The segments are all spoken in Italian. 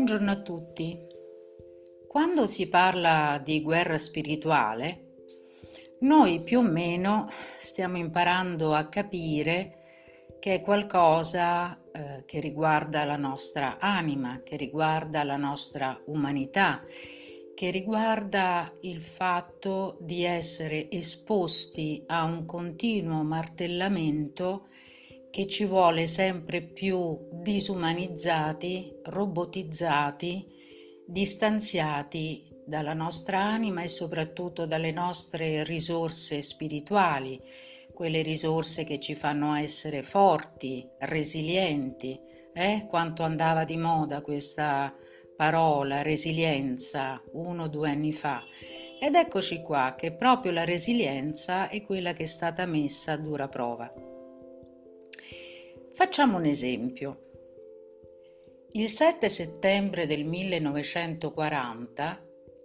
Buongiorno a tutti. Quando si parla di guerra spirituale, noi più o meno stiamo imparando a capire che è qualcosa che riguarda la nostra anima, che riguarda la nostra umanità, che riguarda il fatto di essere esposti a un continuo martellamento che ci vuole sempre più disumanizzati, robotizzati, distanziati dalla nostra anima e soprattutto dalle nostre risorse spirituali, quelle risorse che ci fanno essere forti, resilienti. Quanto andava di moda questa parola, resilienza, 1 o 2 anni fa. Ed eccoci qua che proprio la resilienza è quella che è stata messa a dura prova. Facciamo un esempio. Il 7 settembre del 1940,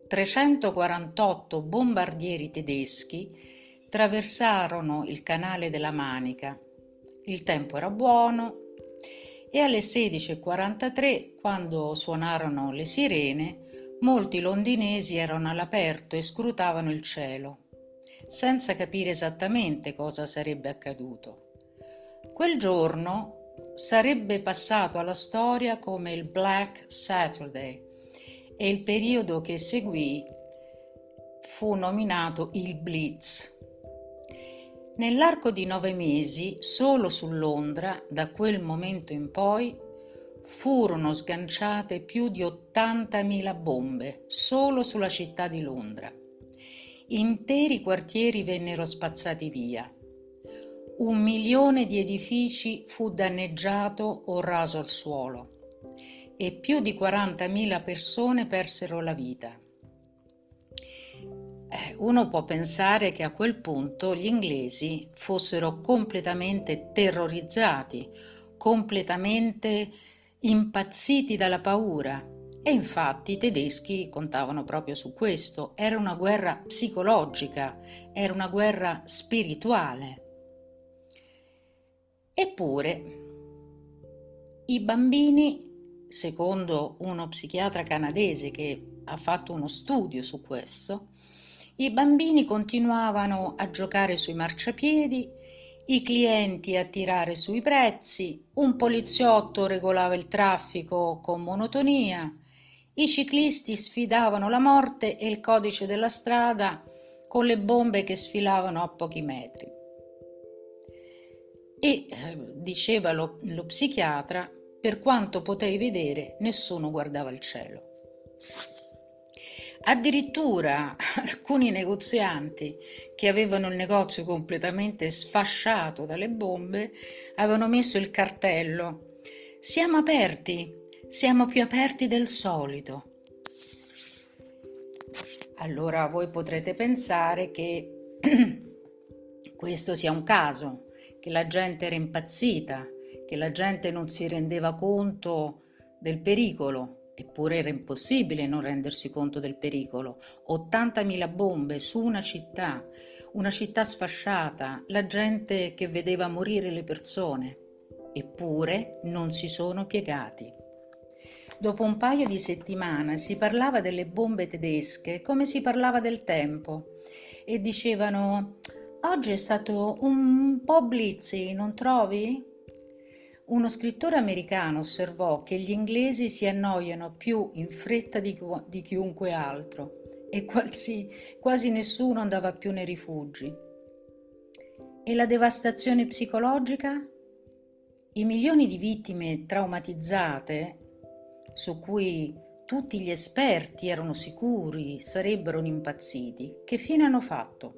348 bombardieri tedeschi traversarono il canale della Manica. Il tempo era buono e alle 16:43, quando suonarono le sirene, molti londinesi erano all'aperto e scrutavano il cielo, senza capire esattamente cosa sarebbe accaduto. Quel giorno sarebbe passato alla storia come il Black Saturday e il periodo che seguì fu nominato il Blitz. Nell'arco di 9 mesi, solo su Londra, da quel momento in poi, furono sganciate più di 80.000 bombe, solo sulla città di Londra. Interi quartieri vennero spazzati via. 1 milione di edifici fu danneggiato o raso al suolo e più di 40.000 persone persero la vita. Uno può pensare che a quel punto gli inglesi fossero completamente terrorizzati, completamente impazziti dalla paura. E infatti i tedeschi contavano proprio su questo. Era una guerra psicologica, era una guerra spirituale. Eppure, i bambini, secondo uno psichiatra canadese che ha fatto uno studio su questo, i bambini continuavano a giocare sui marciapiedi, i clienti a tirare sui prezzi, un poliziotto regolava il traffico con monotonia, i ciclisti sfidavano la morte e il codice della strada con le bombe che sfilavano a pochi metri. E diceva lo psichiatra, per quanto potei vedere, nessuno guardava il cielo. Addirittura alcuni negozianti che avevano il negozio completamente sfasciato dalle bombe avevano messo il cartello: siamo aperti, siamo più aperti del solito. Allora voi potrete pensare che questo sia un caso, che la gente era impazzita, che la gente non si rendeva conto del pericolo, eppure era impossibile non rendersi conto del pericolo. 80.000 bombe su una città sfasciata, la gente che vedeva morire le persone, eppure non si sono piegati. Dopo un paio di settimane si parlava delle bombe tedesche come si parlava del tempo e dicevano: oggi è stato un po' blitzy, non trovi? Uno scrittore americano osservò che gli inglesi si annoiano più in fretta di chiunque altro e quasi nessuno andava più nei rifugi. E la devastazione psicologica? I milioni di vittime traumatizzate, su cui tutti gli esperti erano sicuri sarebbero impazziti, che fine hanno fatto?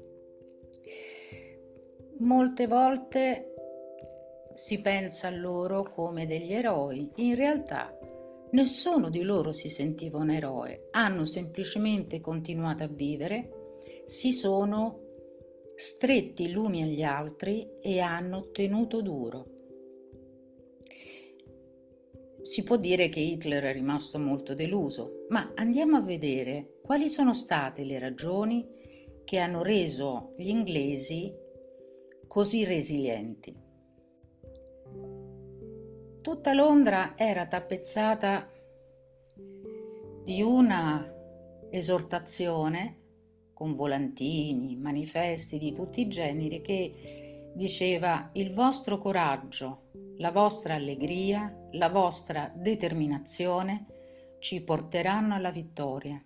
Molte volte si pensa a loro come degli eroi, in realtà nessuno di loro si sentiva un eroe, hanno semplicemente continuato a vivere, si sono stretti gli uni agli altri e hanno tenuto duro. Si può dire che Hitler è rimasto molto deluso, ma andiamo a vedere quali sono state le ragioni che hanno reso gli inglesi così resilienti. Tutta Londra era tappezzata di una esortazione con volantini, manifesti di tutti i generi che diceva: il vostro coraggio, la vostra allegria, la vostra determinazione ci porteranno alla vittoria.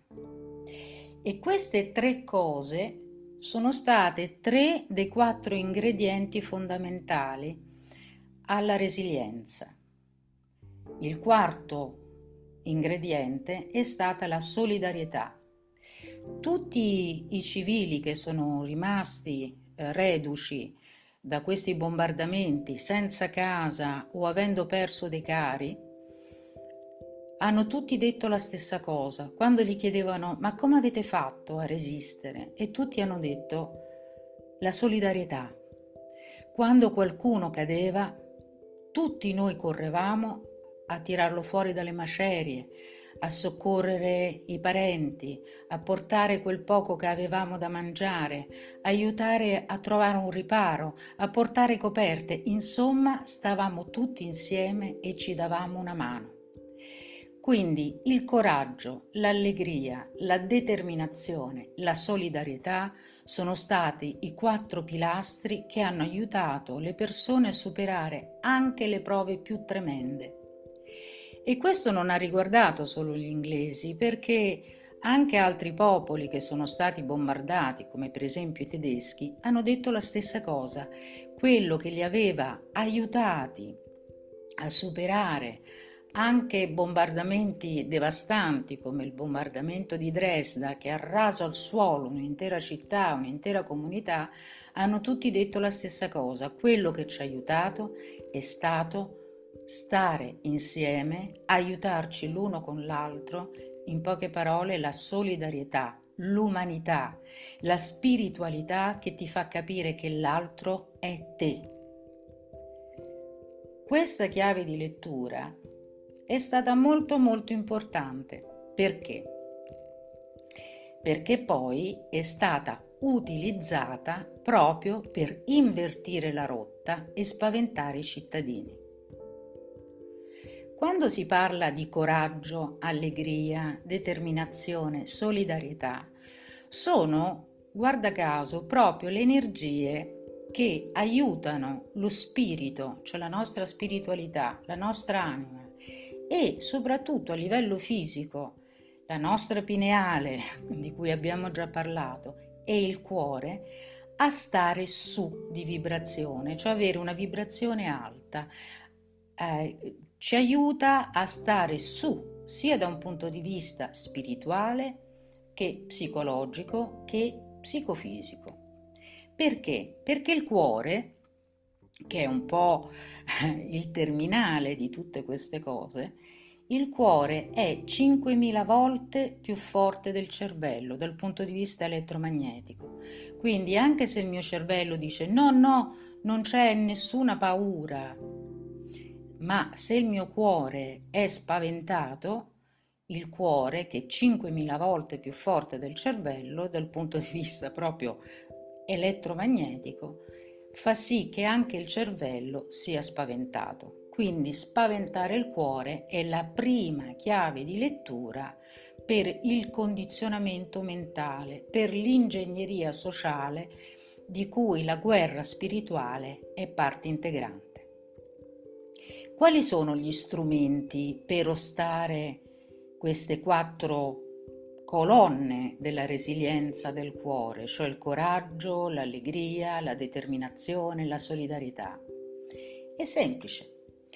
E queste 3 cose sono state 3 dei 4 ingredienti fondamentali alla resilienza. Il quarto ingrediente è stata la solidarietà. Tutti i civili che sono rimasti reduci da questi bombardamenti, senza casa o avendo perso dei cari, hanno tutti detto la stessa cosa. Quando gli chiedevano: ma come avete fatto a resistere? E tutti hanno detto: la solidarietà. Quando qualcuno cadeva, tutti noi correvamo a tirarlo fuori dalle macerie, a soccorrere i parenti, a portare quel poco che avevamo da mangiare, aiutare a trovare un riparo, a portare coperte. Insomma, stavamo tutti insieme e ci davamo una mano. Quindi il coraggio, l'allegria, la determinazione, la solidarietà sono stati i 4 pilastri che hanno aiutato le persone a superare anche le prove più tremende. E questo non ha riguardato solo gli inglesi, perché anche altri popoli che sono stati bombardati, come per esempio i tedeschi, hanno detto la stessa cosa. Quello che li aveva aiutati a superare anche bombardamenti devastanti come il bombardamento di Dresda, che ha raso al suolo un'intera città, un'intera comunità, hanno tutti detto la stessa cosa. Quello che ci ha aiutato è stato stare insieme, aiutarci l'uno con l'altro, in poche parole la solidarietà, l'umanità, la spiritualità che ti fa capire che l'altro è te. Questa chiave di lettura è stata molto molto importante. Perché? Perché poi è stata utilizzata proprio per invertire la rotta e spaventare i cittadini. Quando si parla di coraggio, allegria, determinazione, solidarietà, sono, guarda caso, proprio le energie che aiutano lo spirito, cioè la nostra spiritualità, la nostra anima, e soprattutto a livello fisico, la nostra pineale, di cui abbiamo già parlato, e il cuore, a stare su di vibrazione, cioè avere una vibrazione alta. Ci aiuta a stare su, sia da un punto di vista spirituale che psicologico che psicofisico. Perché? Perché il cuore, che è un po' il terminale di tutte queste cose, il cuore è 5.000 volte più forte del cervello dal punto di vista elettromagnetico. Quindi anche se il mio cervello dice no, non c'è nessuna paura, ma se il mio cuore è spaventato, il cuore, che è 5.000 volte più forte del cervello dal punto di vista proprio elettromagnetico, fa sì che anche il cervello sia spaventato. Quindi spaventare il cuore è la prima chiave di lettura per il condizionamento mentale, per l'ingegneria sociale di cui la guerra spirituale è parte integrante. Quali sono gli strumenti per ostare queste 4 colonne della resilienza del cuore, cioè il coraggio, l'allegria, la determinazione, la solidarietà? È semplice.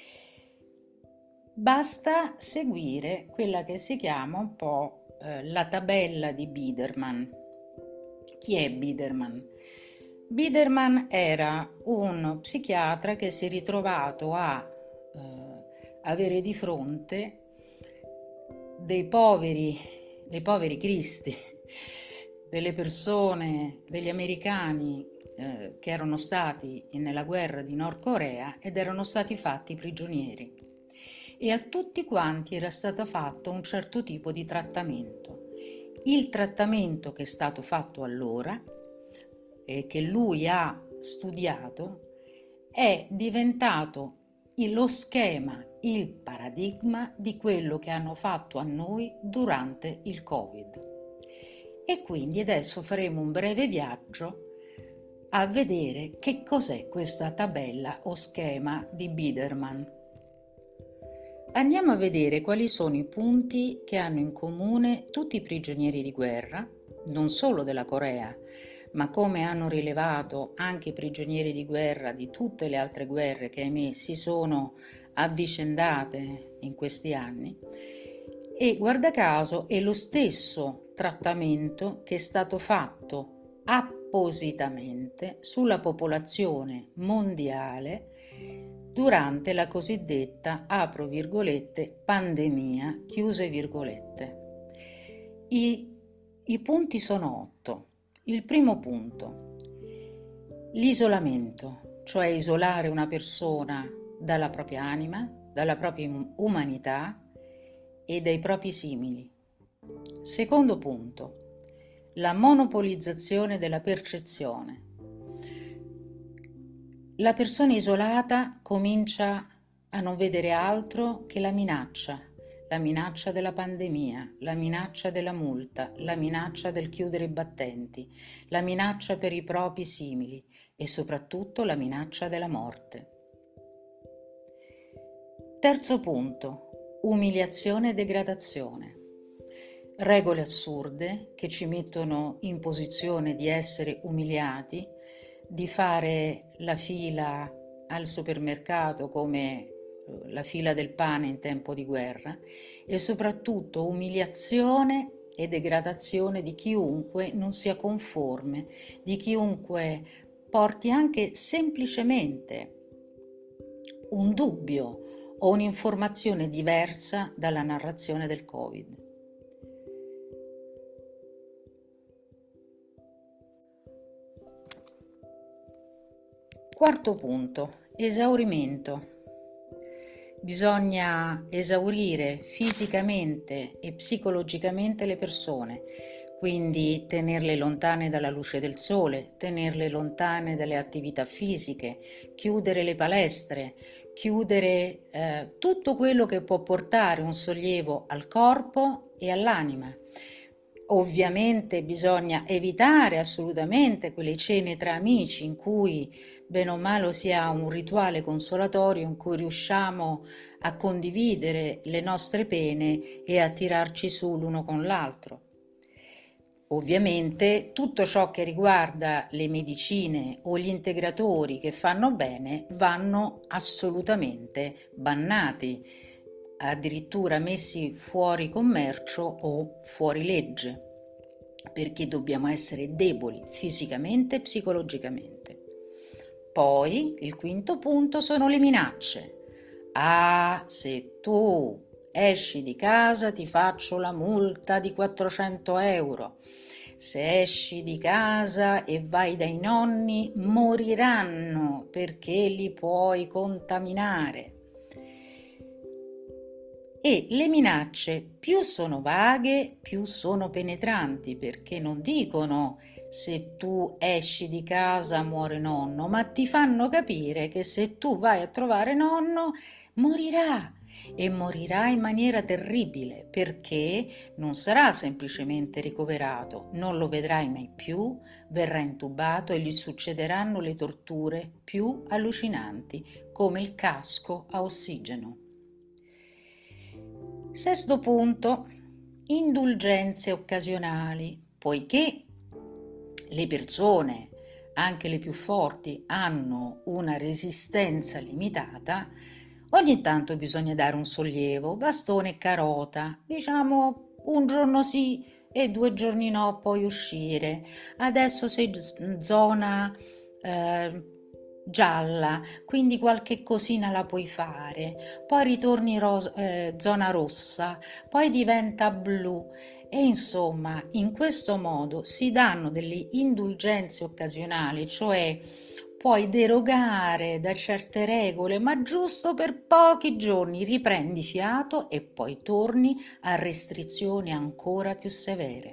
Basta seguire quella che si chiama un po' la tabella di Biderman. Chi è Biderman? Biderman era un psichiatra che si è ritrovato a avere di fronte dei poveri cristi, delle persone, degli americani che erano stati nella guerra di Nord Corea ed erano stati fatti prigionieri, e a tutti quanti era stato fatto un certo tipo di trattamento. Il trattamento che è stato fatto allora e che lui ha studiato è diventato lo schema, il paradigma di quello che hanno fatto a noi durante il Covid. E quindi adesso faremo un breve viaggio a vedere che cos'è questa tabella o schema di Biderman. Andiamo a vedere quali sono i punti che hanno in comune tutti i prigionieri di guerra, non solo della Corea, ma come hanno rilevato anche i prigionieri di guerra di tutte le altre guerre che ahimè si sono avvicendate in questi anni. E guarda caso è lo stesso trattamento che è stato fatto appositamente sulla popolazione mondiale durante la cosiddetta, apro virgolette, pandemia, chiuse virgolette. I punti sono 8. Il primo punto, l'isolamento, cioè isolare una persona dalla propria anima, dalla propria umanità e dai propri simili. Secondo punto, la monopolizzazione della percezione. La persona isolata comincia a non vedere altro che la minaccia della pandemia, la minaccia della multa, la minaccia del chiudere i battenti, la minaccia per i propri simili e soprattutto la minaccia della morte. Terzo punto, umiliazione e degradazione. Regole assurde che ci mettono in posizione di essere umiliati, di fare la fila al supermercato come la fila del pane in tempo di guerra e soprattutto umiliazione e degradazione di chiunque non sia conforme, di chiunque porti anche semplicemente un dubbio o un'informazione diversa dalla narrazione del Covid. Quarto punto, esaurimento. Bisogna esaurire fisicamente e psicologicamente le persone, quindi tenerle lontane dalla luce del sole, tenerle lontane dalle attività fisiche, chiudere le palestre, chiudere tutto quello che può portare un sollievo al corpo e all'anima. Ovviamente bisogna evitare assolutamente quelle cene tra amici in cui bene o male si ha un rituale consolatorio in cui riusciamo a condividere le nostre pene e a tirarci su l'uno con l'altro. Ovviamente tutto ciò che riguarda le medicine o gli integratori che fanno bene vanno assolutamente bannati, addirittura messi fuori commercio o fuori legge, perché dobbiamo essere deboli fisicamente e psicologicamente. Poi il quinto punto sono le minacce. Ah, se tu esci di casa ti faccio la multa di 400 euro. Se esci di casa e vai dai nonni moriranno perché li puoi contaminare. E le minacce più sono vaghe, più sono penetranti, perché non dicono se tu esci di casa muore nonno, ma ti fanno capire che se tu vai a trovare nonno morirà e morirà in maniera terribile, perché non sarà semplicemente ricoverato, non lo vedrai mai più, verrà intubato e gli succederanno le torture più allucinanti, come il casco a ossigeno. Sesto punto, indulgenze occasionali, poiché le persone, anche le più forti, hanno una resistenza limitata, ogni tanto bisogna dare un sollievo, bastone e carota, diciamo un giorno sì e 2 giorni no, puoi uscire. Adesso sei zona gialla, quindi qualche cosina la puoi fare, poi ritorni zona rossa, poi diventa blu e insomma in questo modo si danno delle indulgenze occasionali, cioè puoi derogare da certe regole, ma giusto per pochi giorni riprendi fiato e poi torni a restrizioni ancora più severe.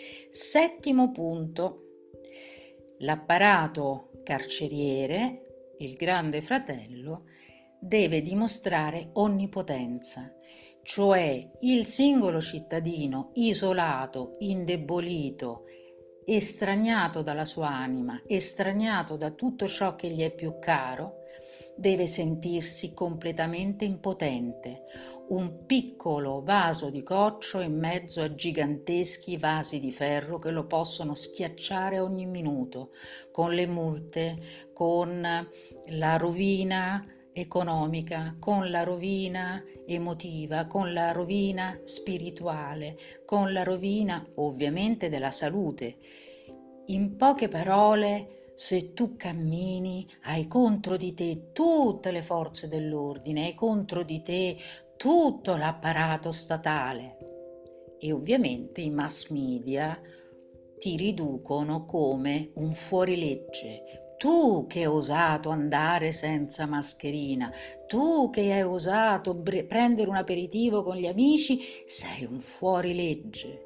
Settimo punto, l'apparato carceriere il grande fratello, deve dimostrare onnipotenza, cioè il singolo cittadino isolato, indebolito, estraniato dalla sua anima, estraniato da tutto ciò che gli è più caro, deve sentirsi completamente impotente, un piccolo vaso di coccio in mezzo a giganteschi vasi di ferro che lo possono schiacciare ogni minuto, con le multe, con la rovina economica, con la rovina emotiva, con la rovina spirituale, con la rovina ovviamente della salute. In poche parole, se tu cammini, hai contro di te tutte le forze dell'ordine, hai contro di te tutto l'apparato statale e ovviamente i mass media ti riducono come un fuorilegge. Tu che hai osato andare senza mascherina, tu che hai osato prendere un aperitivo con gli amici, sei un fuorilegge.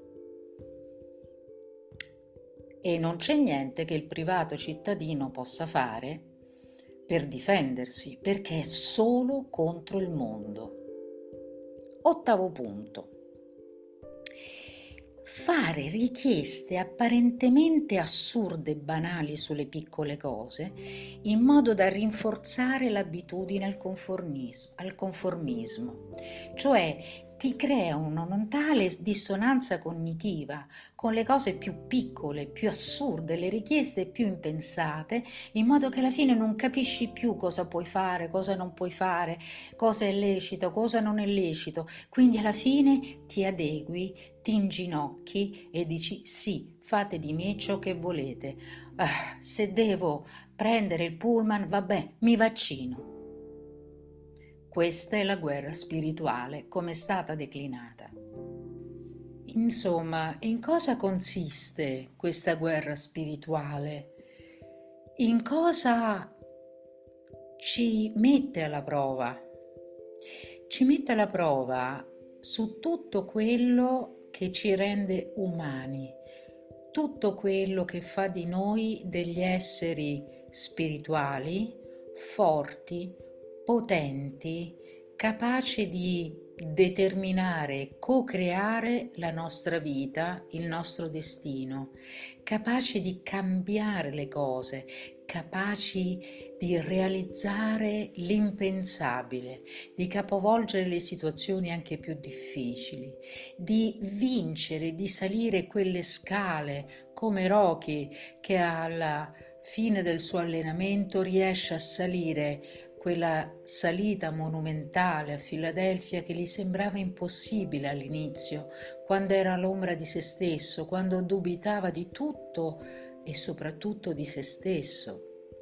E non c'è niente che il privato cittadino possa fare per difendersi, perché è solo contro il mondo. Ottavo punto. Fare richieste apparentemente assurde e banali sulle piccole cose in modo da rinforzare l'abitudine al conformismo, cioè ti crea una tale dissonanza cognitiva con le cose più piccole, più assurde, le richieste più impensate, in modo che alla fine non capisci più cosa puoi fare, cosa non puoi fare, cosa è lecito, cosa non è lecito, quindi alla fine ti adegui, ti inginocchi e dici sì, fate di me ciò che volete. Se devo prendere il pullman, vabbè, mi vaccino. Questa è la guerra spirituale, come è stata declinata. Insomma, in cosa consiste questa guerra spirituale? In cosa ci mette alla prova? Ci mette alla prova su tutto quello che ci rende umani, tutto quello che fa di noi degli esseri spirituali, forti, potenti, capaci di determinare e co-creare la nostra vita, il nostro destino, capaci di cambiare le cose, capaci di realizzare l'impensabile, di capovolgere le situazioni anche più difficili, di vincere, di salire quelle scale come Rocky che alla fine del suo allenamento riesce a salire quella salita monumentale a Filadelfia che gli sembrava impossibile all'inizio, quando era all'ombra di se stesso, quando dubitava di tutto e soprattutto di se stesso.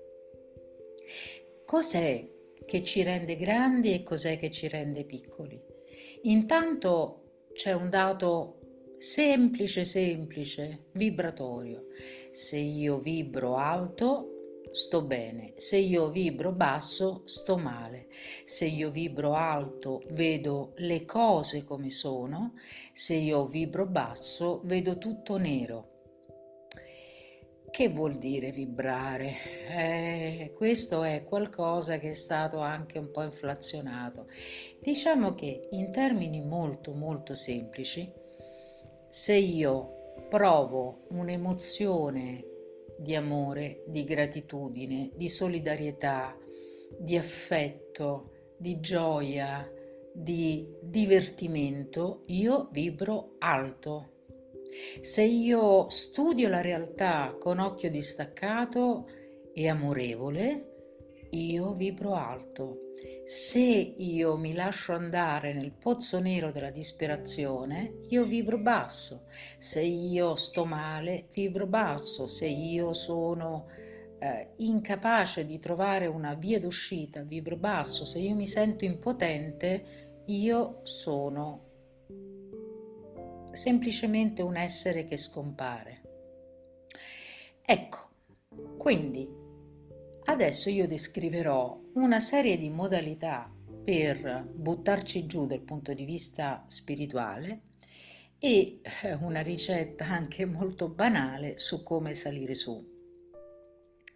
Cos'è che ci rende grandi e cos'è che ci rende piccoli? Intanto c'è un dato semplice, vibratorio. Se io vibro alto, sto bene. Se io vibro basso, sto male. Se io vibro alto, vedo le cose come sono. Se io vibro basso, vedo tutto nero. Che vuol dire vibrare? Questo è qualcosa che è stato anche un po' inflazionato. Diciamo che in termini molto semplici, se io provo un'emozione di amore, di gratitudine, di solidarietà, di affetto, di gioia, di divertimento, io vibro alto. Se io studio la realtà con occhio distaccato e amorevole, io vibro alto. Se io mi lascio andare nel pozzo nero della disperazione, io vibro basso. Se io sto male, vibro basso. Se io sono incapace di trovare una via d'uscita, vibro basso. Se io mi sento impotente, io sono semplicemente un essere che scompare. Ecco, quindi adesso io descriverò una serie di modalità per buttarci giù dal punto di vista spirituale e una ricetta anche molto banale su come salire su.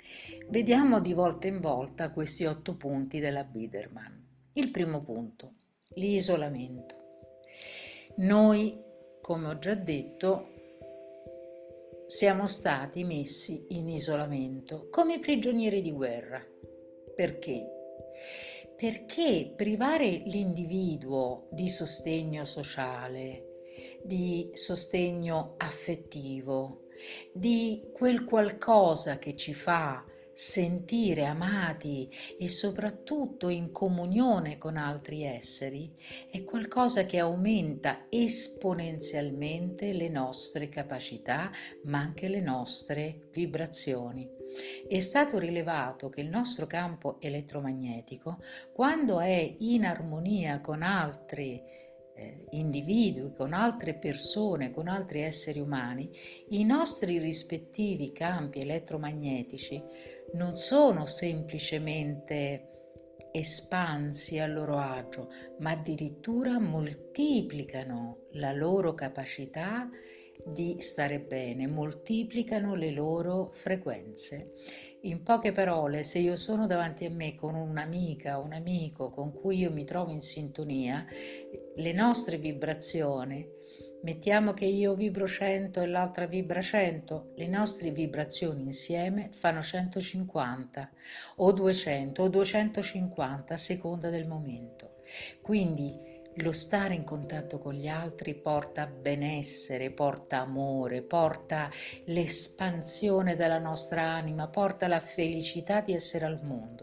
Vediamo di volta in volta questi 8 punti della Biderman. Il primo punto, l'isolamento. Noi, come ho già detto, siamo stati messi in isolamento come prigionieri di guerra. Perché? Perché privare l'individuo di sostegno sociale, di sostegno affettivo, di quel qualcosa che ci fa sentire amati e soprattutto in comunione con altri esseri, è qualcosa che aumenta esponenzialmente le nostre capacità, ma anche le nostre vibrazioni. È stato rilevato che il nostro campo elettromagnetico, quando è in armonia con altri individui, con altre persone, con altri esseri umani, i nostri rispettivi campi elettromagnetici non sono semplicemente espansi a loro agio, ma addirittura moltiplicano la loro capacità di stare bene, moltiplicano le loro frequenze. In poche parole, se io sono davanti a me con un'amica, un amico con cui io mi trovo in sintonia, le nostre vibrazioni, mettiamo che io vibro 100 e l'altra vibra 100, le nostre vibrazioni insieme fanno 150 o 200 o 250 a seconda del momento. Quindi lo stare in contatto con gli altri porta benessere, porta amore, porta l'espansione della nostra anima, porta la felicità di essere al mondo.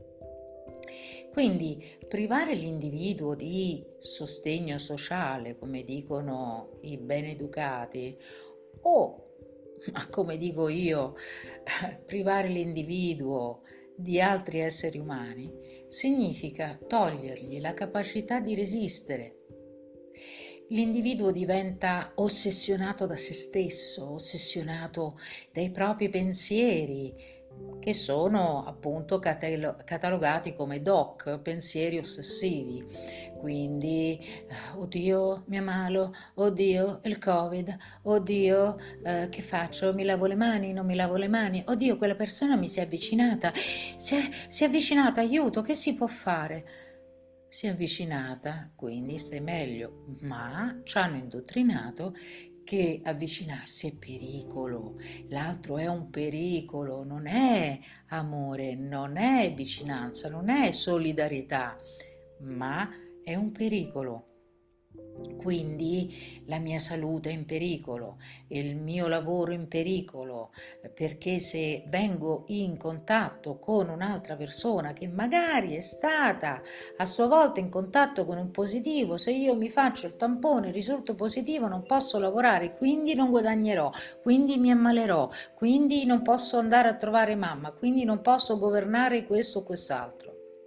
Quindi privare l'individuo di sostegno sociale, come dicono i ben educati, o, come dico io, privare l'individuo di altri esseri umani, significa togliergli la capacità di resistere. L'individuo diventa ossessionato da se stesso, ossessionato dai propri pensieri, che sono appunto catalogati come DOC, pensieri ossessivi. Quindi, oddio, mi ammalo, oddio, il Covid, oddio, che faccio? Mi lavo le mani, non mi lavo le mani, oddio, quella persona mi si è avvicinata, si è avvicinata, aiuto, che si può fare? Si è avvicinata, quindi stai meglio, ma ci hanno indottrinato che avvicinarsi è pericolo, l'altro è un pericolo, non è amore, non è vicinanza, non è solidarietà, ma è un pericolo. Quindi la mia salute è in pericolo, il mio lavoro è in pericolo, perché se vengo in contatto con un'altra persona che magari è stata a sua volta in contatto con un positivo, se io mi faccio il tampone e risulto positivo non posso lavorare, quindi non guadagnerò, quindi mi ammalerò, quindi non posso andare a trovare mamma, quindi non posso governare questo o quest'altro.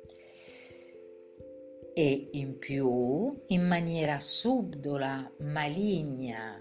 E in più, in maniera subdola, maligna,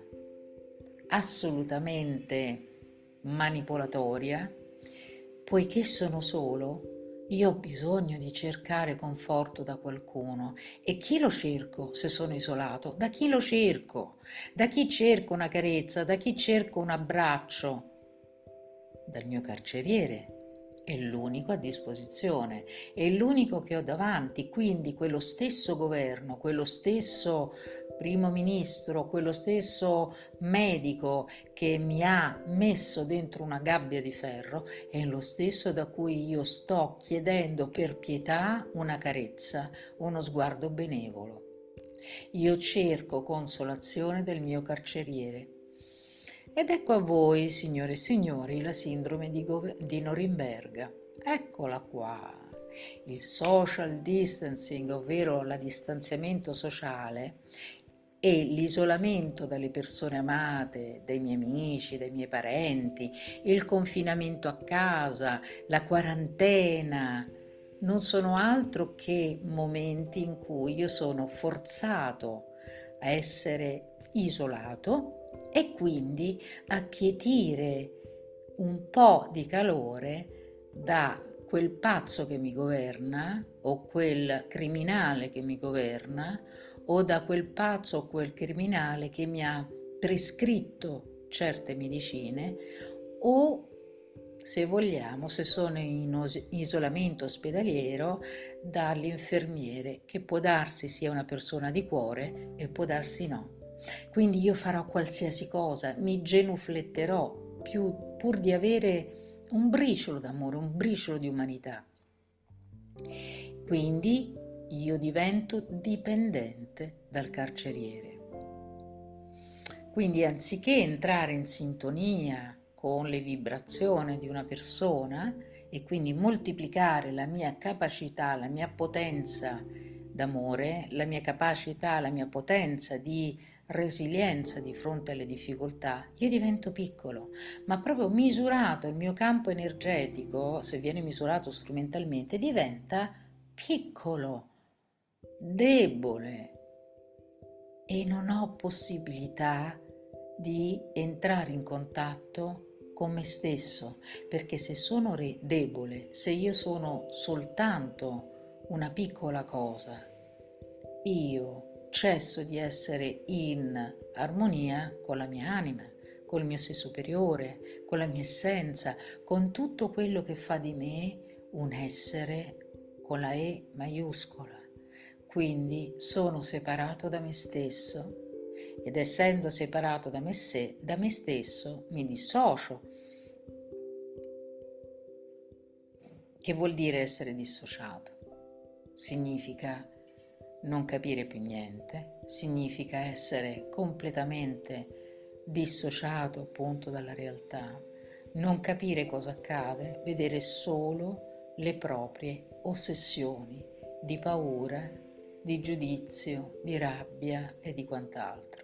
assolutamente manipolatoria, poiché sono solo, io ho bisogno di cercare conforto da qualcuno. E chi lo cerco se sono isolato? Da chi lo cerco? Da chi cerco una carezza? Da chi cerco un abbraccio? Dal mio carceriere. È l'unico a disposizione, è l'unico che ho davanti, quindi quello stesso governo, quello stesso primo ministro, quello stesso medico che mi ha messo dentro una gabbia di ferro, è lo stesso da cui io sto chiedendo per pietà una carezza, uno sguardo benevolo. Io cerco consolazione del mio carceriere. Ed ecco a voi, signore e signori, la sindrome di Norimberga. Eccola qua. Il social distancing, ovvero la distanziamento sociale, e l'isolamento dalle persone amate, dai miei amici, dai miei parenti, il confinamento a casa, la quarantena, non sono altro che momenti in cui io sono forzato a essere isolato e quindi a pietire un po' di calore da quel pazzo che mi governa o quel criminale che mi governa o da quel pazzo o quel criminale che mi ha prescritto certe medicine o se vogliamo, se sono in isolamento ospedaliero, dall'infermiere, che può darsi sia una persona di cuore e può darsi no. Quindi io farò qualsiasi cosa, mi genufletterò pur di avere un briciolo d'amore, un briciolo di umanità. Quindi io divento dipendente dal carceriere. Quindi anziché entrare in sintonia con le vibrazioni di una persona e quindi moltiplicare la mia capacità, la mia potenza d'amore, la mia capacità, la mia potenza di resilienza di fronte alle difficoltà, io divento piccolo, ma proprio misurato il mio campo energetico, se viene misurato strumentalmente, diventa piccolo, debole e non ho possibilità di entrare in contatto con me stesso, perché se sono debole, se io sono soltanto una piccola cosa, io cesso di essere in armonia con la mia anima, col mio sé superiore, con la mia essenza, con tutto quello che fa di me un essere con la E maiuscola. Quindi sono separato da me stesso ed essendo separato da me stesso mi dissocio. Che vuol dire essere dissociato? Significa non capire più niente, significa essere completamente dissociato appunto dalla realtà, non capire cosa accade, vedere solo le proprie ossessioni di paura, di giudizio, di rabbia e di quant'altro.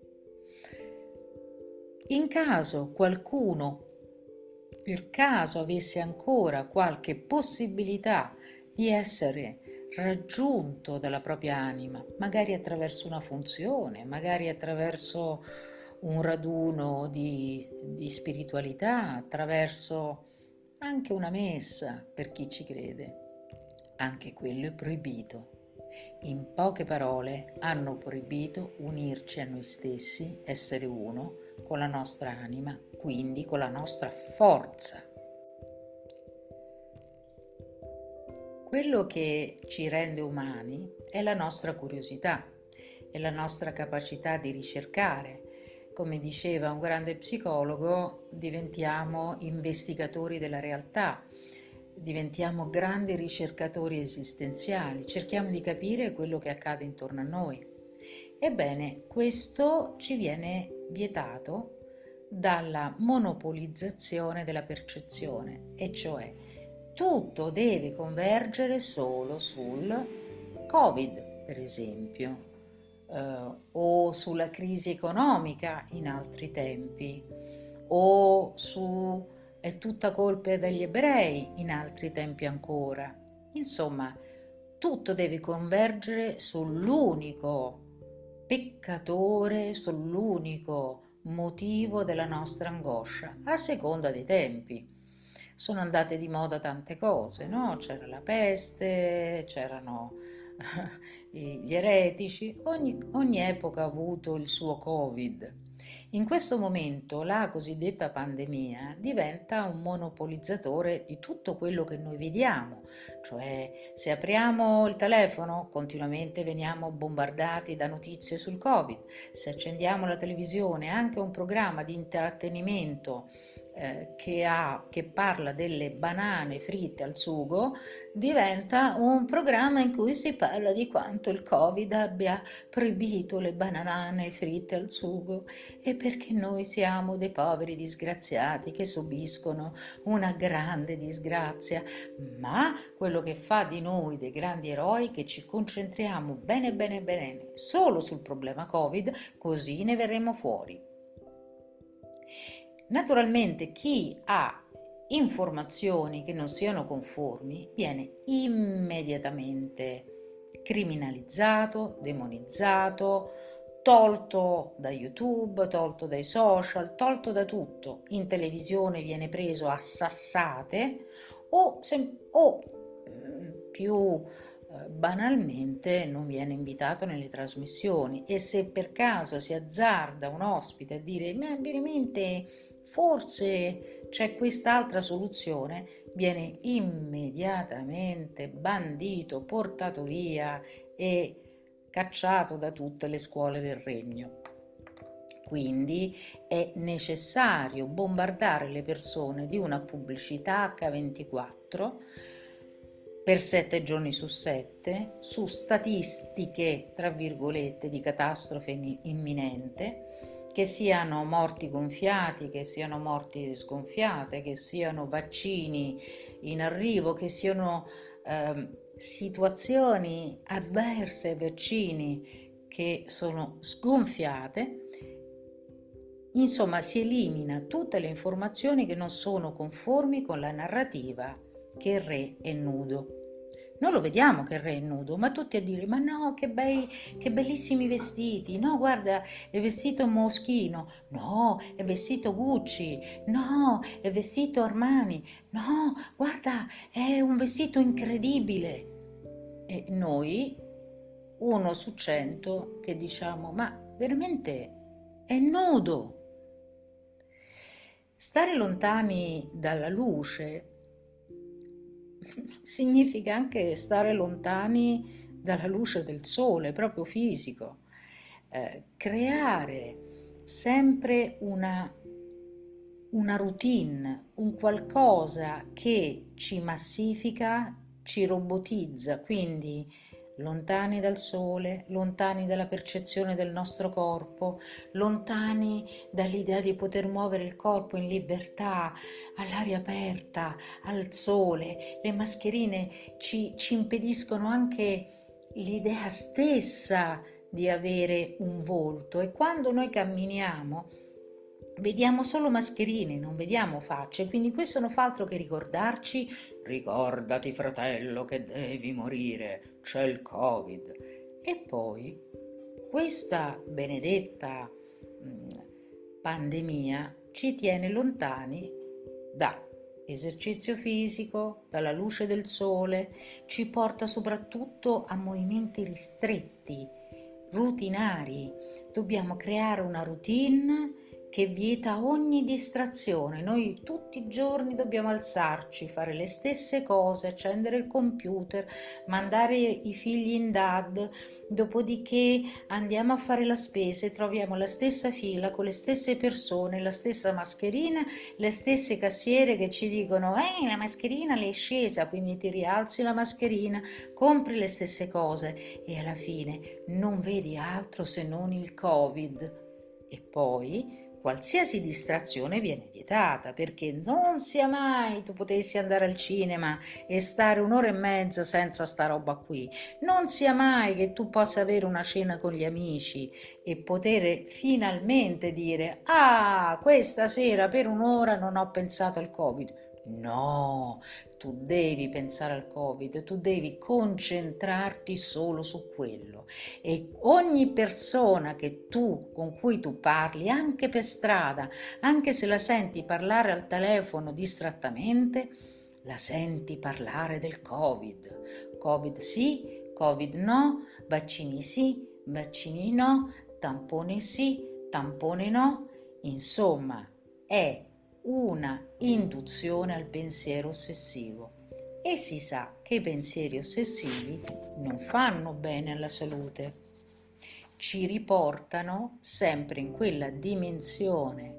In caso qualcuno per caso avesse ancora qualche possibilità di essere raggiunto dalla propria anima, magari attraverso una funzione, magari attraverso un raduno di spiritualità, attraverso anche una messa per chi ci crede, anche quello è proibito. In poche parole, hanno proibito unirci a noi stessi, essere uno, con la nostra anima, quindi con la nostra forza. Quello che ci rende umani è la nostra curiosità, è la nostra capacità di ricercare. Come diceva un grande psicologo, diventiamo investigatori della realtà, diventiamo grandi ricercatori esistenziali, cerchiamo di capire quello che accade intorno a noi. Ebbene, questo ci viene vietato dalla monopolizzazione della percezione, e cioè tutto deve convergere solo sul Covid, per esempio, o sulla crisi economica in altri tempi, o su è tutta colpa degli ebrei in altri tempi ancora. Insomma, tutto deve convergere sull'unico peccatore, sull'unico motivo della nostra angoscia, a seconda dei tempi. Sono andate di moda tante cose, no? C'era la peste, c'erano gli eretici, ogni epoca ha avuto il suo Covid. In questo momento la cosiddetta pandemia diventa un monopolizzatore di tutto quello che noi vediamo, cioè se apriamo il telefono continuamente veniamo bombardati da notizie sul Covid, se accendiamo la televisione anche un programma di intrattenimento che parla delle banane fritte al sugo diventa un programma in cui si parla di quanto il Covid abbia proibito le banane fritte al sugo e perché noi siamo dei poveri disgraziati che subiscono una grande disgrazia, ma quello che fa di noi dei grandi eroi è che ci concentriamo bene bene bene solo sul problema Covid, così ne verremo fuori. Naturalmente chi ha informazioni che non siano conformi viene immediatamente criminalizzato, demonizzato, tolto da YouTube, tolto dai social, tolto da tutto. In televisione viene preso a sassate o più banalmente non viene invitato nelle trasmissioni, e se per caso si azzarda un ospite a dire ma veramente forse c'è quest'altra soluzione, viene immediatamente bandito, portato via e cacciato da tutte le scuole del regno. Quindi è necessario bombardare le persone di una pubblicità H24 per 7 giorni su 7, su statistiche, tra virgolette, di catastrofe imminente, che siano morti gonfiati, che siano morti sgonfiate, che siano vaccini in arrivo, che siano situazioni avverse ai vaccini che sono sgonfiate. Insomma, si elimina tutte le informazioni che non sono conformi con la narrativa che il re è nudo. Noi lo vediamo che il re è nudo, ma tutti a dire: ma no, che bellissimi vestiti, no, guarda, è vestito Moschino, no, è vestito Gucci, no, è vestito Armani, no, guarda, è un vestito incredibile. E noi, 1 su 100, che diciamo: ma veramente è nudo. Stare lontani dalla luce significa anche stare lontani dalla luce del sole, proprio fisico. Creare sempre una routine, un qualcosa che ci massifica, ci robotizza, quindi lontani dal sole, lontani dalla percezione del nostro corpo, lontani dall'idea di poter muovere il corpo in libertà, all'aria aperta, al sole. Le mascherine ci impediscono anche l'idea stessa di avere un volto, e quando noi camminiamo vediamo solo mascherine, non vediamo facce, quindi questo non fa altro che ricordarci: ricordati fratello che devi morire, c'è il Covid. E poi questa benedetta pandemia ci tiene lontani da esercizio fisico, dalla luce del sole, ci porta soprattutto a movimenti ristretti, rutinari. Dobbiamo creare una routine che vieta ogni distrazione. Noi tutti i giorni dobbiamo alzarci, fare le stesse cose, accendere il computer, mandare i figli in DAD, dopodiché andiamo a fare la spesa e troviamo la stessa fila con le stesse persone, la stessa mascherina, le stesse cassiere che ci dicono: la mascherina le è scesa, quindi ti rialzi la mascherina, compri le stesse cose e alla fine non vedi altro se non il Covid. E poi qualsiasi distrazione viene vietata, perché non sia mai tu potessi andare al cinema e stare 1 ora e mezza senza sta roba qui, non sia mai che tu possa avere una cena con gli amici e poter finalmente dire: ah, questa sera per 1 ora non ho pensato al Covid. No, tu devi pensare al Covid, tu devi concentrarti solo su quello, e ogni persona con cui tu parli, anche per strada, anche se la senti parlare al telefono distrattamente, la senti parlare del Covid. Covid sì, Covid no, vaccini sì, vaccini no, tampone sì, tampone no. Insomma, è una induzione al pensiero ossessivo, e si sa che i pensieri ossessivi non fanno bene alla salute, ci riportano sempre in quella dimensione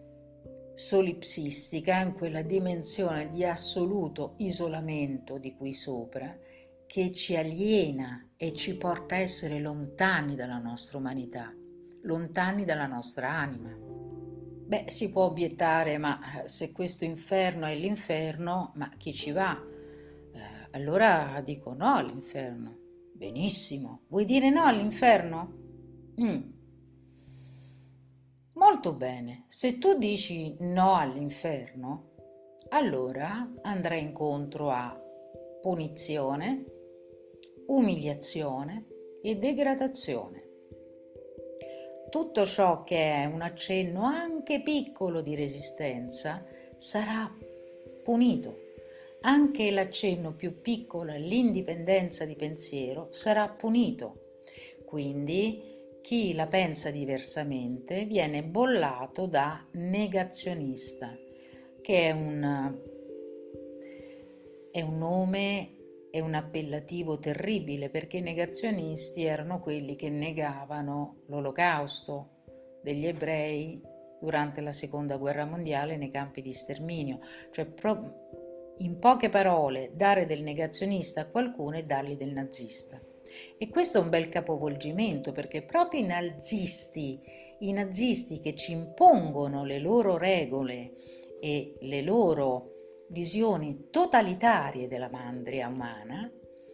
solipsistica, in quella dimensione di assoluto isolamento di qui sopra, che ci aliena e ci porta a essere lontani dalla nostra umanità, lontani dalla nostra anima. Beh, si può obiettare: ma se questo inferno è l'inferno, ma chi ci va? Allora dico no all'inferno. Benissimo. Vuoi dire no all'inferno? Molto bene. Se tu dici no all'inferno, allora andrai incontro a punizione, umiliazione e degradazione. Tutto ciò che è un accenno anche piccolo di resistenza sarà punito. Anche l'accenno più piccolo all'indipendenza di pensiero sarà punito. Quindi chi la pensa diversamente viene bollato da negazionista, che è un nome, è un appellativo terribile, perché i negazionisti erano quelli che negavano l'olocausto degli ebrei durante la seconda guerra mondiale nei campi di sterminio. Cioè, in poche parole, dare del negazionista a qualcuno è dargli del nazista. E questo è un bel capovolgimento, perché proprio i nazisti che ci impongono le loro regole e le loro visioni totalitarie della mandria umana,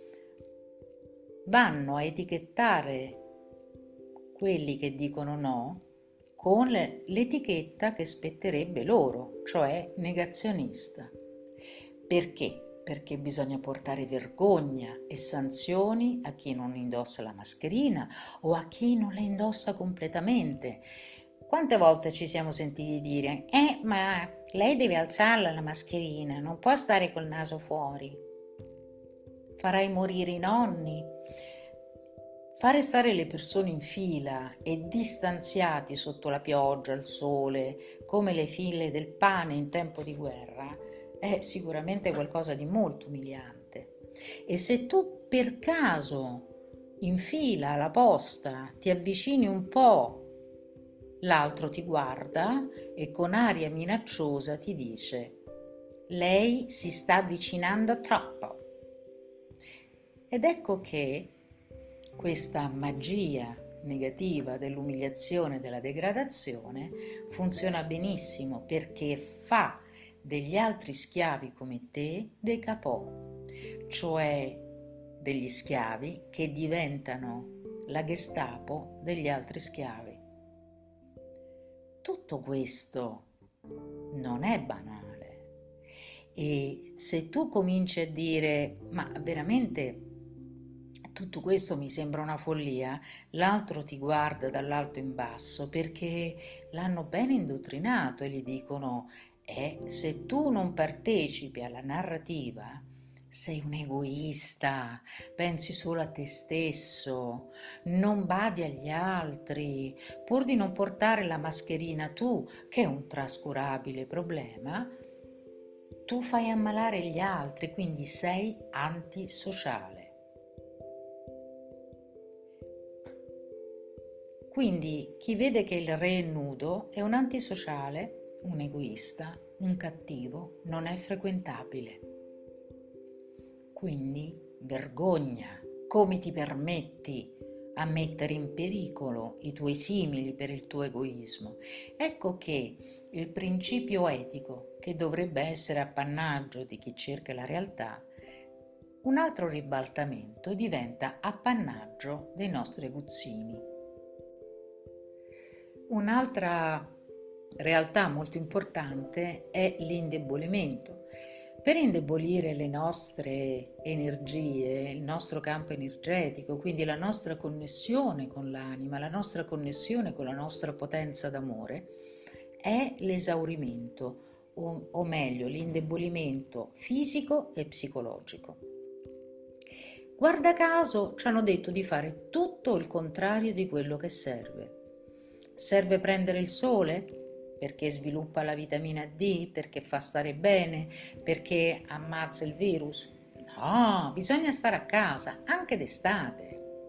vanno a etichettare quelli che dicono no con l'etichetta che spetterebbe loro, cioè negazionista. Perché? Perché bisogna portare vergogna e sanzioni a chi non indossa la mascherina o a chi non la indossa completamente. Quante volte ci siamo sentiti dire ma lei deve alzarla la mascherina, non può stare col naso fuori. Farai morire i nonni. Fare stare le persone in fila e distanziati sotto la pioggia, il sole, come le file del pane in tempo di guerra, è sicuramente qualcosa di molto umiliante. E se tu per caso in fila alla posta ti avvicini un po', l'altro ti guarda e con aria minacciosa ti dice: lei si sta avvicinando troppo. Ed ecco che questa magia negativa dell'umiliazione e della degradazione funziona benissimo, perché fa degli altri schiavi come te dei capò, cioè degli schiavi che diventano la Gestapo degli altri schiavi. Tutto questo non è banale. E se tu cominci a dire ma veramente tutto questo mi sembra una follia, l'altro ti guarda dall'alto in basso, perché l'hanno ben indottrinato e gli dicono se tu non partecipi alla narrativa sei un egoista, pensi solo a te stesso, non badi agli altri, pur di non portare la mascherina tu, che è un trascurabile problema, tu fai ammalare gli altri, quindi sei antisociale. Quindi chi vede che il re è nudo è un antisociale, un egoista, un cattivo, non è frequentabile. Quindi vergogna, come ti permetti a mettere in pericolo i tuoi simili per il tuo egoismo? Ecco che il principio etico, che dovrebbe essere appannaggio di chi cerca la realtà, un altro ribaltamento diventa appannaggio dei nostri aguzzini. Un'altra realtà molto importante è l'indebolimento. Per indebolire le nostre energie, il nostro campo energetico, quindi la nostra connessione con l'anima, la nostra connessione con la nostra potenza d'amore, è l'esaurimento, o meglio l'indebolimento fisico e psicologico. Guarda caso ci hanno detto di fare tutto il contrario di quello che serve. Serve prendere il sole? Perché sviluppa la vitamina D, perché fa stare bene, perché ammazza il virus? No, bisogna stare a casa, anche d'estate.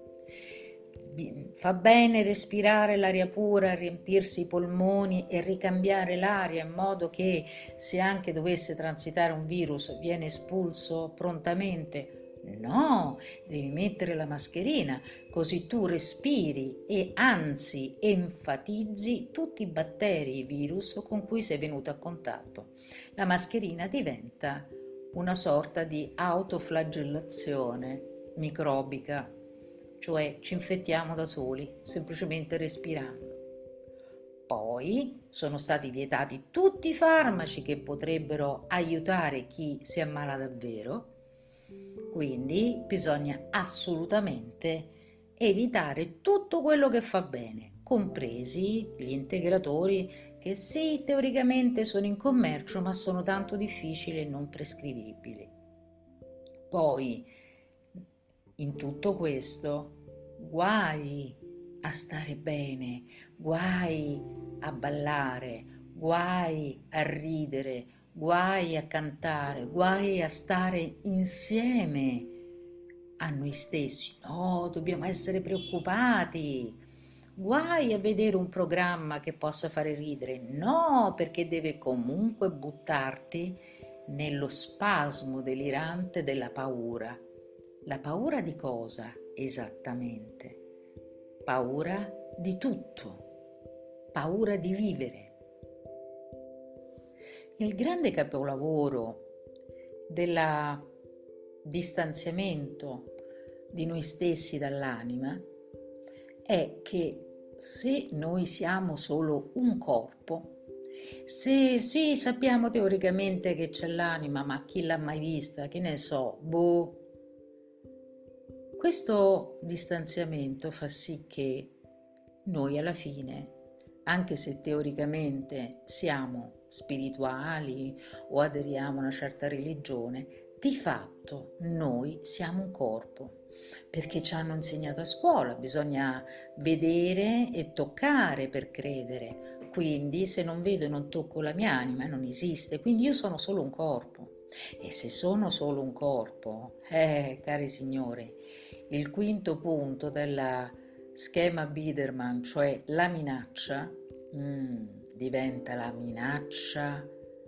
Fa bene respirare l'aria pura, riempirsi i polmoni e ricambiare l'aria in modo che se anche dovesse transitare un virus viene espulso prontamente. No, devi mettere la mascherina, così tu respiri e anzi enfatizzi tutti i batteri e virus con cui sei venuto a contatto. La mascherina diventa una sorta di autoflagellazione microbica, cioè ci infettiamo da soli, semplicemente respirando. Poi sono stati vietati tutti i farmaci che potrebbero aiutare chi si ammala davvero, quindi bisogna assolutamente evitare tutto quello che fa bene, compresi gli integratori che sì, teoricamente sono in commercio, ma sono tanto difficili e non prescrivibili. Poi, in tutto questo, guai a stare bene, guai a ballare, guai a ridere, guai a cantare, guai a stare insieme a noi stessi. No, dobbiamo essere preoccupati. Guai a vedere un programma che possa fare ridere. No, perché deve comunque buttarti nello spasmo delirante della paura. La paura di cosa esattamente? Paura di tutto, paura di vivere. Il grande capolavoro del distanziamento di noi stessi dall'anima è che se noi siamo solo un corpo, se sì, sappiamo teoricamente che c'è l'anima, ma chi l'ha mai vista? Che ne so, boh. Questo distanziamento fa sì che noi alla fine, anche se teoricamente siamo spirituali o aderiamo a una certa religione, di fatto noi siamo un corpo, perché ci hanno insegnato a scuola, bisogna vedere e toccare per credere. Quindi se non vedo e non tocco la mia anima non esiste, quindi io sono solo un corpo. E se sono solo un corpo, cari signori, il quinto punto del schema Biderman, cioè la minaccia, diventa la minaccia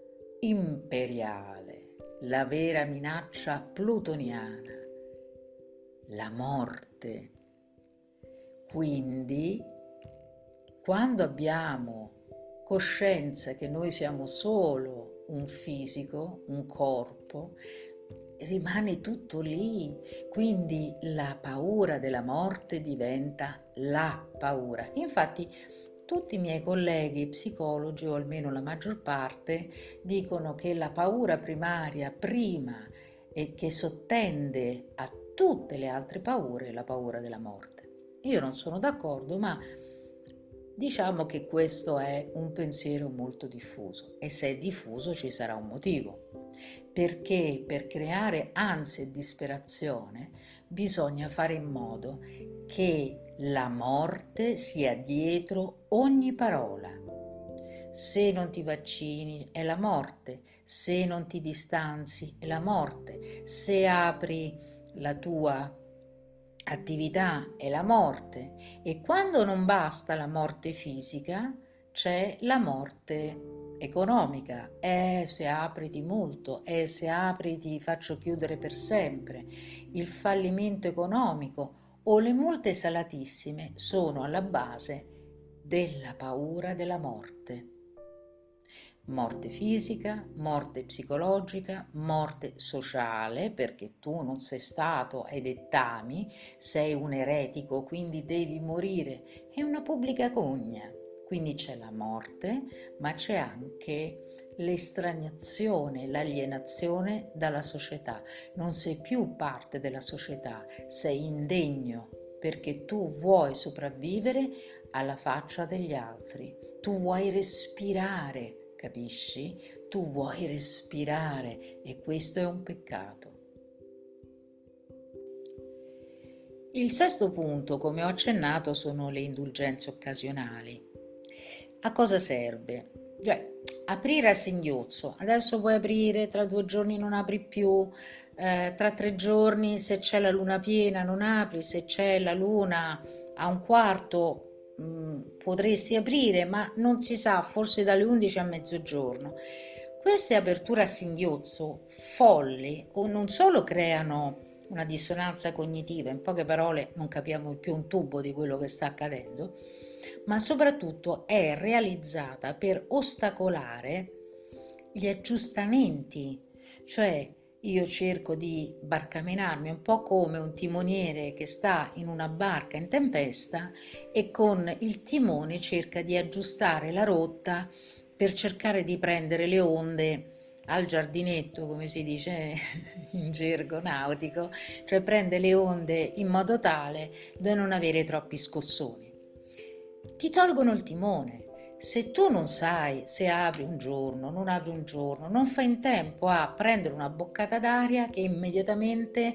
imperiale, la vera minaccia plutoniana, la morte. Quindi, quando abbiamo coscienza che noi siamo solo un fisico, un corpo, rimane tutto lì, quindi la paura della morte diventa la paura. Infatti tutti i miei colleghi psicologi, o almeno la maggior parte, dicono che la paura primaria prima e che sottende a tutte le altre paure è la paura della morte. Io non sono d'accordo, ma diciamo che questo è un pensiero molto diffuso, e se è diffuso ci sarà un motivo, perché per creare ansia e disperazione bisogna fare in modo che la morte sia dietro ogni parola. Se non ti vaccini è la morte, se non ti distanzi è la morte, se apri la tua attività è la morte, e quando non basta la morte fisica c'è la morte economica. Se apri ti multo, se apri ti faccio chiudere per sempre. Il fallimento economico o le multe salatissime sono alla base della paura della morte. Morte fisica, morte psicologica, morte sociale, perché tu non sei stato ai dettami, sei un eretico, quindi devi morire, è una pubblica gogna. Quindi c'è la morte, ma c'è anche l'estraniazione, l'alienazione dalla società. Non sei più parte della società, sei indegno perché tu vuoi sopravvivere alla faccia degli altri, tu vuoi respirare, capisci? Tu vuoi respirare, e questo è un peccato. Il sesto punto, come ho accennato, sono le indulgenze occasionali. A cosa serve? Aprire a singhiozzo. Adesso puoi aprire, tra 2 giorni non apri più, tra 3 giorni se c'è la luna piena non apri, se c'è la luna a un quarto potresti aprire, ma non si sa, forse dalle 11 a mezzogiorno. Queste aperture a singhiozzo folli o non solo creano una dissonanza cognitiva, in poche parole non capiamo più un tubo di quello che sta accadendo, ma soprattutto è realizzata per ostacolare gli aggiustamenti, cioè io cerco di barcamenarmi un po' come un timoniere che sta in una barca in tempesta e con il timone cerca di aggiustare la rotta per cercare di prendere le onde al giardinetto, come si dice in gergo nautico, cioè prende le onde in modo tale da non avere troppi scossoni. Ti tolgono il timone. Se tu non sai se apri un giorno, non apri un giorno, non fai in tempo a prendere una boccata d'aria che immediatamente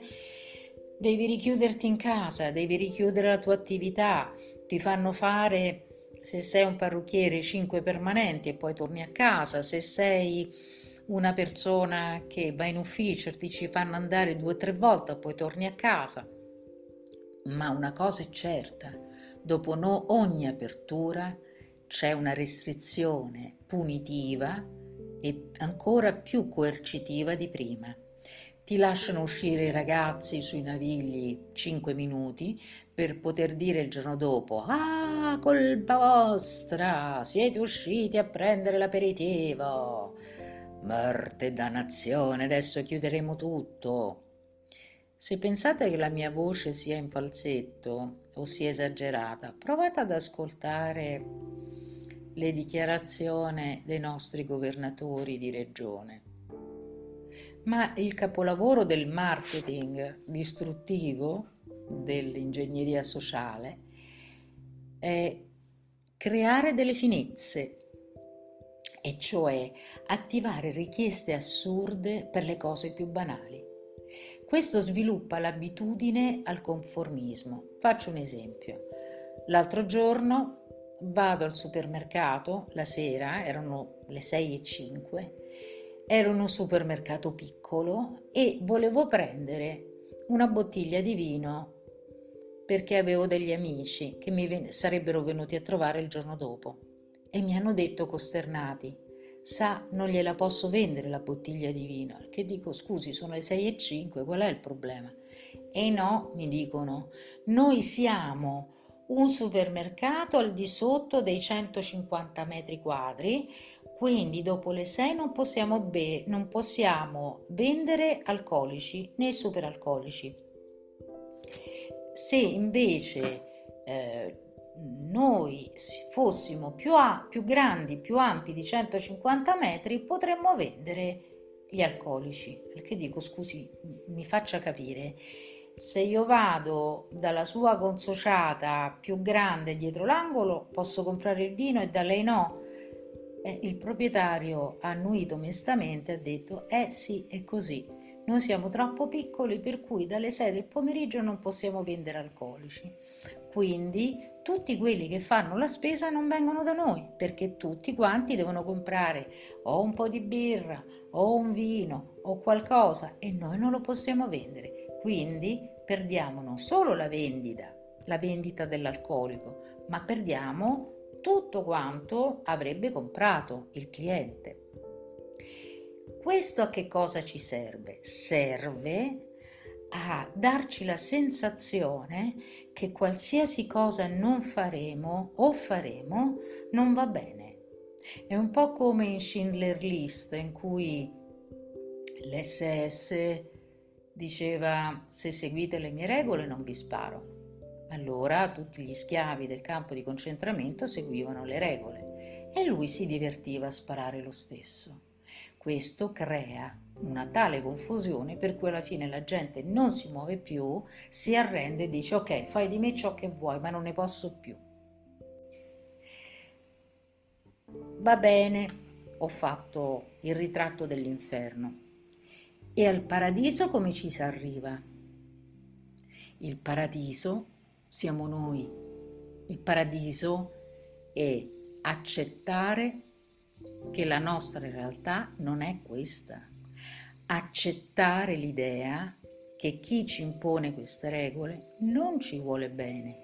devi richiuderti in casa, devi richiudere la tua attività, ti fanno fare Se sei un parrucchiere, 5 permanenti e poi torni a casa. Se sei una persona che va in ufficio e ti ci fanno andare 2 o 3 volte e poi torni a casa. Ma una cosa è certa, dopo ogni apertura c'è una restrizione punitiva e ancora più coercitiva di prima. Ti lasciano uscire i ragazzi sui Navigli 5 minuti per poter dire il giorno dopo: ah, colpa vostra, siete usciti a prendere l'aperitivo. Morte e dannazione, adesso chiuderemo tutto. Se pensate che la mia voce sia in falsetto o sia esagerata, provate ad ascoltare le dichiarazioni dei nostri governatori di regione. Ma il capolavoro del marketing distruttivo, dell'ingegneria sociale, è creare delle finezze, e cioè attivare richieste assurde per le cose più banali. Questo sviluppa l'abitudine al conformismo. Faccio un esempio. L'altro giorno vado al supermercato, la sera, erano le 6:05, ero in un supermercato piccolo e volevo prendere una bottiglia di vino perché avevo degli amici che mi sarebbero venuti a trovare il giorno dopo e mi hanno detto costernati: sa, non gliela posso vendere la bottiglia di vino. Che dico: scusi, sono le 6:05, qual è il problema? E no, mi dicono, noi siamo un supermercato al di sotto dei 150 metri quadri, quindi dopo le 6 non possiamo vendere alcolici né superalcolici. Se invece noi fossimo più grandi, più ampi di 150 metri, potremmo vendere gli alcolici. Perché dico, scusi, mi faccia capire, se io vado dalla sua consociata più grande dietro l'angolo, posso comprare il vino e da lei no? Il proprietario ha annuito mestamente e ha detto: sì, è così. Noi siamo troppo piccoli per cui dalle 6 del pomeriggio non possiamo vendere alcolici. Quindi tutti quelli che fanno la spesa non vengono da noi perché tutti quanti devono comprare o un po' di birra o un vino o qualcosa e noi non lo possiamo vendere. Quindi perdiamo non solo la vendita dell'alcolico, ma perdiamo tutto quanto avrebbe comprato il cliente. Questo a che cosa ci serve? Serve a darci la sensazione che qualsiasi cosa non faremo o faremo non va bene. È un po' come in Schindler List, in cui l'SS diceva: se seguite le mie regole non vi sparo. Allora tutti gli schiavi del campo di concentramento seguivano le regole e lui si divertiva a sparare lo stesso. Questo crea una tale confusione per cui alla fine la gente non si muove più, si arrende e dice: ok, fai di me ciò che vuoi, ma non ne posso più. Va bene, ho fatto il ritratto dell'inferno. E al paradiso come ci si arriva? Il paradiso siamo noi. Il paradiso è accettare che la nostra realtà non è questa. Accettare l'idea che chi ci impone queste regole non ci vuole bene.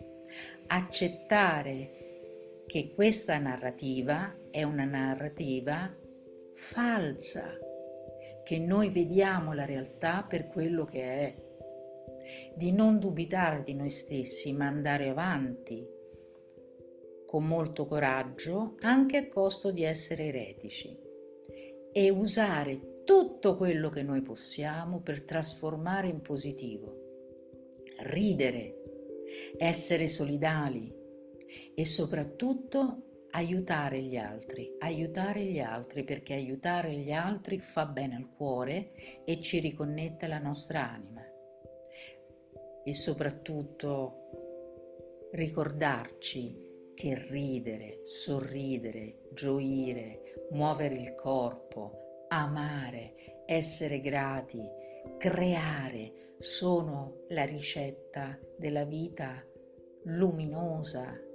Accettare che questa narrativa è una narrativa falsa, che noi vediamo la realtà per quello che è, di non dubitare di noi stessi, ma andare avanti con molto coraggio, anche a costo di essere eretici, e usare tutto quello che noi possiamo per trasformare in positivo, ridere, essere solidali e soprattutto aiutare gli altri perché aiutare gli altri fa bene al cuore e ci riconnette alla nostra anima. E soprattutto ricordarci che ridere, sorridere, gioire, muovere il corpo, amare, essere grati, creare sono la ricetta della vita luminosa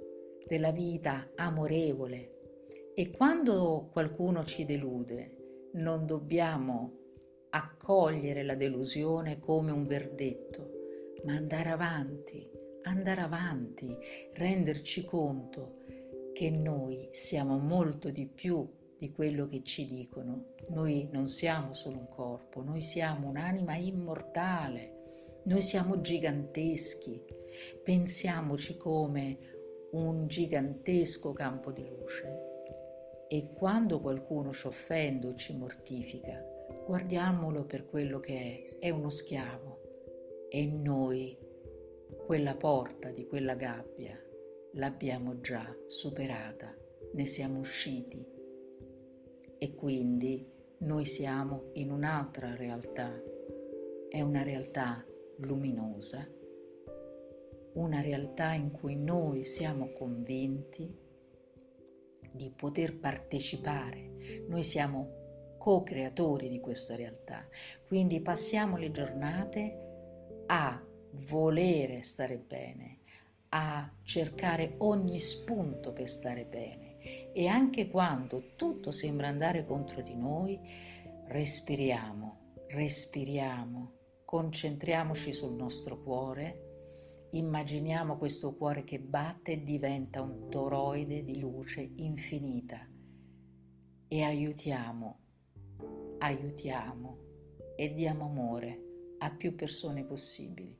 della vita amorevole. E quando qualcuno ci delude, non dobbiamo accogliere la delusione come un verdetto, ma andare avanti, renderci conto che noi siamo molto di più di quello che ci dicono. Noi non siamo solo un corpo, noi siamo un'anima immortale, noi siamo giganteschi. Pensiamoci come un gigantesco campo di luce. E quando qualcuno ci offende o ci mortifica, guardiamolo per quello che è uno schiavo. E noi quella porta di quella gabbia l'abbiamo già superata, ne siamo usciti e quindi noi siamo in un'altra realtà. È una realtà luminosa, una realtà in cui noi siamo convinti di poter partecipare. Noi siamo co-creatori di questa realtà, quindi passiamo le giornate a volere stare bene, a cercare ogni spunto per stare bene e anche quando tutto sembra andare contro di noi, respiriamo, concentriamoci sul nostro cuore. Immaginiamo questo cuore che batte e diventa un toroide di luce infinita e aiutiamo e diamo amore a più persone possibili.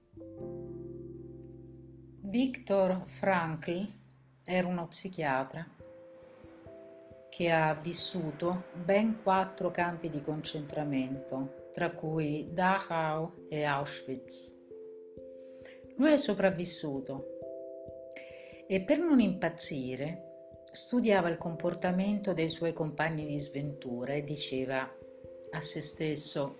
Viktor Frankl era uno psichiatra che ha vissuto ben 4 campi di concentramento, tra cui Dachau e Auschwitz. Lui è sopravvissuto e per non impazzire studiava il comportamento dei suoi compagni di sventura e diceva a se stesso: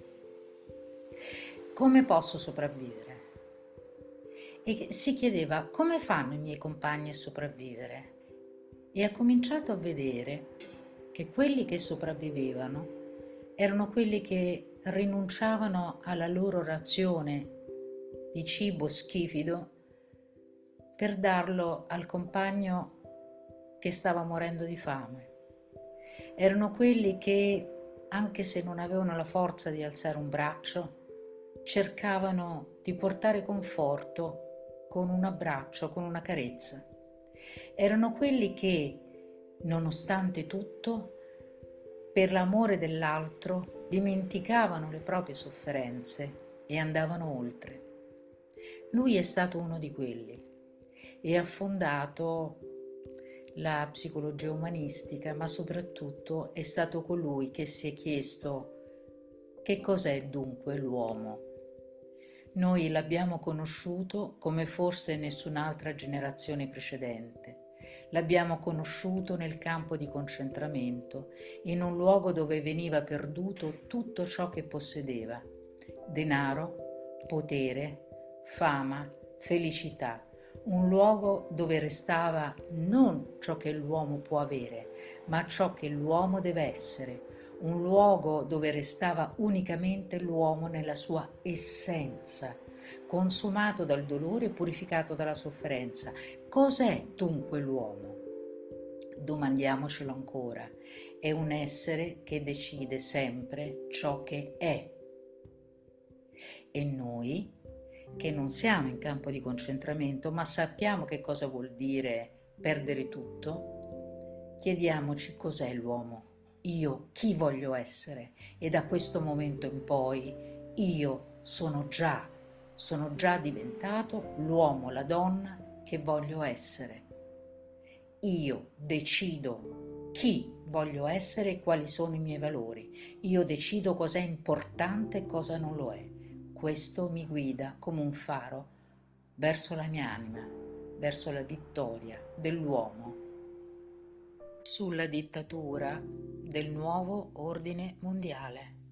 come posso sopravvivere? E si chiedeva: come fanno i miei compagni a sopravvivere? E ha cominciato a vedere che quelli che sopravvivevano erano quelli che rinunciavano alla loro razione di cibo schifido per darlo al compagno che stava morendo di fame. Erano quelli che, anche se non avevano la forza di alzare un braccio, cercavano di portare conforto con un abbraccio, con una carezza. Erano quelli che, nonostante tutto, per l'amore dell'altro, dimenticavano le proprie sofferenze e andavano oltre. Lui è stato uno di quelli e ha fondato la psicologia umanistica, ma soprattutto è stato colui che si è chiesto: che cos'è dunque l'uomo? Noi l'abbiamo conosciuto come forse nessun'altra generazione precedente. L'abbiamo conosciuto nel campo di concentramento, in un luogo dove veniva perduto tutto ciò che possedeva: denaro, potere, fama, felicità. Un luogo dove restava non ciò che l'uomo può avere, ma ciò che l'uomo deve essere. Un luogo dove restava unicamente l'uomo nella sua essenza, consumato dal dolore e purificato dalla sofferenza. Cos'è dunque l'uomo? Domandiamocelo ancora. È un essere che decide sempre ciò che è. E noi, che non siamo in campo di concentramento, ma sappiamo che cosa vuol dire perdere tutto, chiediamoci: cos'è l'uomo? Io chi voglio essere? E da questo momento in poi io sono già diventato l'uomo, la donna che voglio essere. Io decido chi voglio essere e quali sono i miei valori. Io decido cosa è importante e cosa non lo è. Questo mi guida come un faro verso la mia anima, verso la vittoria dell'uomo sulla dittatura del nuovo ordine mondiale.